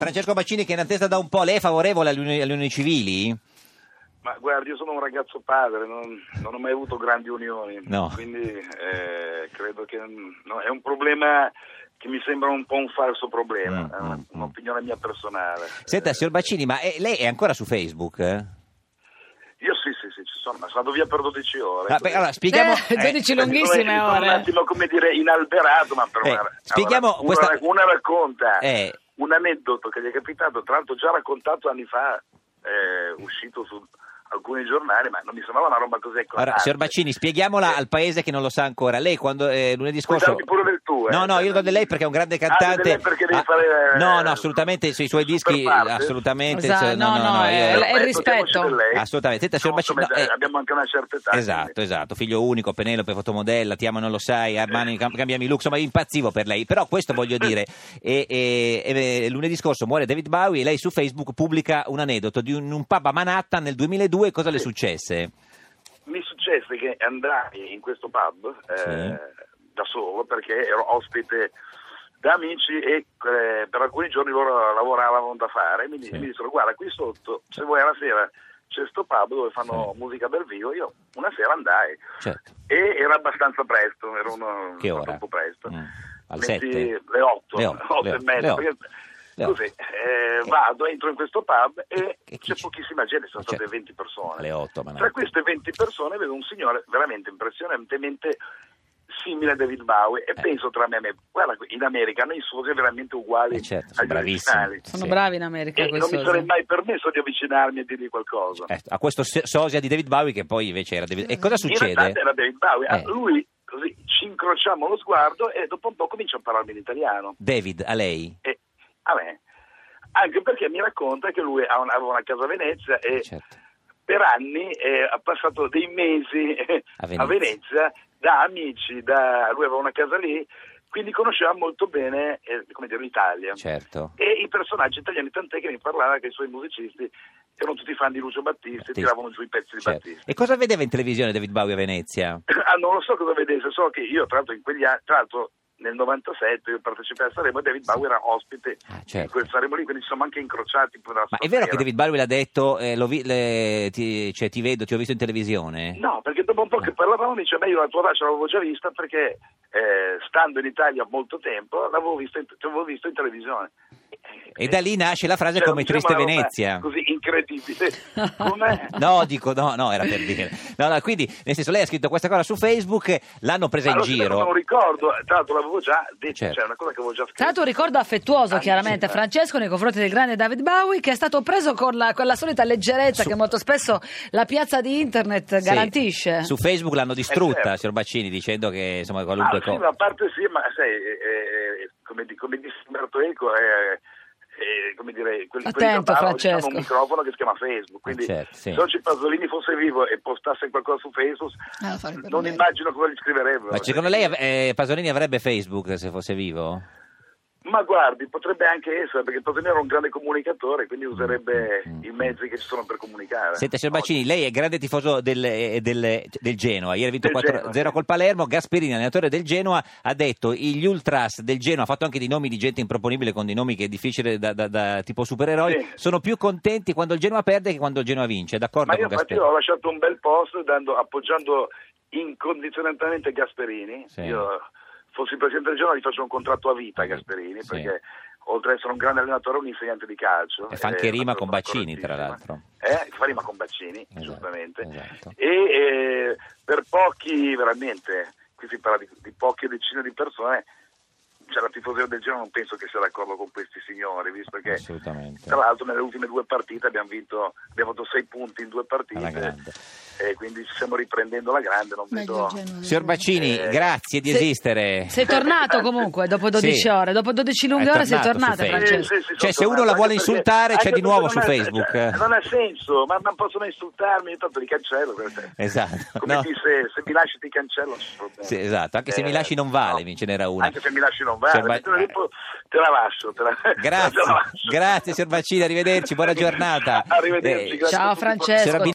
Francesco Baccini, che è in attesa da un po', lei è favorevole alle unioni civili? Ma guardi, io sono un ragazzo padre, non ho mai avuto grandi unioni, quindi credo che è un problema che mi sembra un po' un falso problema, è un'opinione mia personale. Senta, signor Baccini, ma lei è ancora su Facebook? Io sì, ci sono, ma sono andato via per 12 ore. Allora, spieghiamo... 12 lunghissime ore. Un attimo, come dire, inalberato, ma per spieghiamo allora, una racconta un aneddoto che gli è capitato, tra l'altro già raccontato anni fa, uscito su alcuni giornali, ma non mi sembrava una roba così eclatante. Allora, signor Baccini, spieghiamola al paese che non lo sa ancora. Lei quando lunedì scorso... pure del tuo, No, io do di lei perché è un grande cantante. Perché devi fare... No, assolutamente, sui suoi dischi, assolutamente. No, è il rispetto. Assolutamente. Senta, signor Baccini... abbiamo anche una certa età. Esatto. Figlio unico, Penelope, fotomodella, Ti amo non lo sai, Armani, cambiami look, insomma, impazzivo per lei. Però questo voglio dire, lunedì scorso muore David Bowie e lei su Facebook pubblica un aneddoto di un pub a Manhattan nel 2002. Cosa le successe? Mi successe che andai in questo pub da solo perché ero ospite da amici e per alcuni giorni loro lavoravano da fare e mi dissero: guarda, qui sotto, se vuoi alla sera c'è sto pub dove fanno musica dal vivo. Io una sera andai e era abbastanza presto, che ora? Un po' presto, alle 7? Le 8 e mezza. Così vado, entro in questo pub e c'è pochissima gente, sono state 20 persone. Alle 8, tra queste 20 persone vedo un signore veramente impressionantemente simile a David Bowie e penso tra me e me: guarda, in America hanno i sosi veramente uguali agli originali. Sono bravi in America. E non mi sarei mai permesso di avvicinarmi e dirgli qualcosa. A questo sosia di David Bowie che poi invece era David. E cosa succede? In realtà era David Bowie. Lui, così, ci incrociamo lo sguardo e dopo un po' comincia a parlarmi in italiano. David, a lei? A me, anche perché mi racconta che lui aveva una casa a Venezia e per anni ha passato dei mesi a Venezia da amici, lui aveva una casa lì, quindi conosceva molto bene l'Italia e i personaggi italiani, tant'è che mi parlava che i suoi musicisti erano tutti fan di Lucio Battisti, tiravano giù i pezzi di Battisti. E cosa vedeva in televisione David Bowie a Venezia? Non lo so cosa vedesse, so che io tra l'altro in quegli anni, nel 97 io partecipai a Sanremo e David Bowie era ospite in quel Sanremo lì, quindi ci siamo anche incrociati. Ma è vero che David Bowie l'ha detto, ti vedo, ti ho visto in televisione? No, perché dopo un po' che parlavamo mi dice: io la tua faccia l'avevo già vista perché stando in Italia molto tempo ti avevo visto in televisione. E da lì nasce la frase come triste Venezia. Così incredibile. Com'è? No, era per dire. Quindi, nel senso, lei ha scritto questa cosa su Facebook, l'hanno presa in giro. Non ricordo, tra l'altro l'avevo già detto, cioè una cosa che avevo già scritto. Tra l'altro un ricordo affettuoso chiaramente Francesco nei confronti del grande David Bowie, che è stato preso con la solita leggerezza che molto spesso la piazza di internet garantisce. Su Facebook l'hanno distrutta, signor Baccini, dicendo che insomma qualunque cosa. Sì, a parte ma sai, come disse Umberto Eco, attento Francesco, hanno un microfono che si chiama Facebook, quindi se oggi Pasolini fosse vivo e postasse qualcosa su Facebook non immagino cosa gli scriverebbero. Ma secondo lei Pasolini avrebbe Facebook se fosse vivo? Ma guardi, potrebbe anche essere, perché Pasolini era un grande comunicatore, quindi userebbe i mezzi che ci sono per comunicare. Senta, signor Baccini, lei è grande tifoso del Genoa, ieri ha vinto 4-0 col Palermo. Gasperini, allenatore del Genoa, ha detto: gli ultras del Genoa, ha fatto anche dei nomi di gente improponibile con dei nomi che è difficile da tipo supereroi, sono più contenti quando il Genoa perde che quando il Genoa vince, d'accordo? Ma io infatti ho lasciato un bel post appoggiando incondizionatamente Gasperini. Io fossi presidente del Genoa gli faccio un contratto a vita a Gasperini, perché oltre ad essere un grande allenatore è un insegnante di calcio. E fa anche rima con Baccini, tra l'altro. Fa rima con Baccini, giustamente. E per pochi, veramente, qui si parla di poche decine di persone, la tifoseria del Genoa non penso che sia d'accordo con questi signori, visto che tra l'altro nelle ultime 2 partite abbiamo fatto 6 punti in 2 partite e quindi ci stiamo riprendendo alla grande. Signor Baccini, grazie di esistere. Sei tornato comunque dopo 12 ore, dopo 12 lunghe ore sei tornato, Francesco. Cioè se uno la vuole insultare c'è di nuovo su Facebook. Non ha senso, ma non possono insultarmi, io tanto li cancello. Esatto. Come disse, se mi lasci ti cancello. Esatto, anche se mi lasci non vale, ce n'era una. Anche se mi lasci non vale, te la lascio. Grazie, signor Baccini, arrivederci, buona giornata. Arrivederci. Ciao Francesco.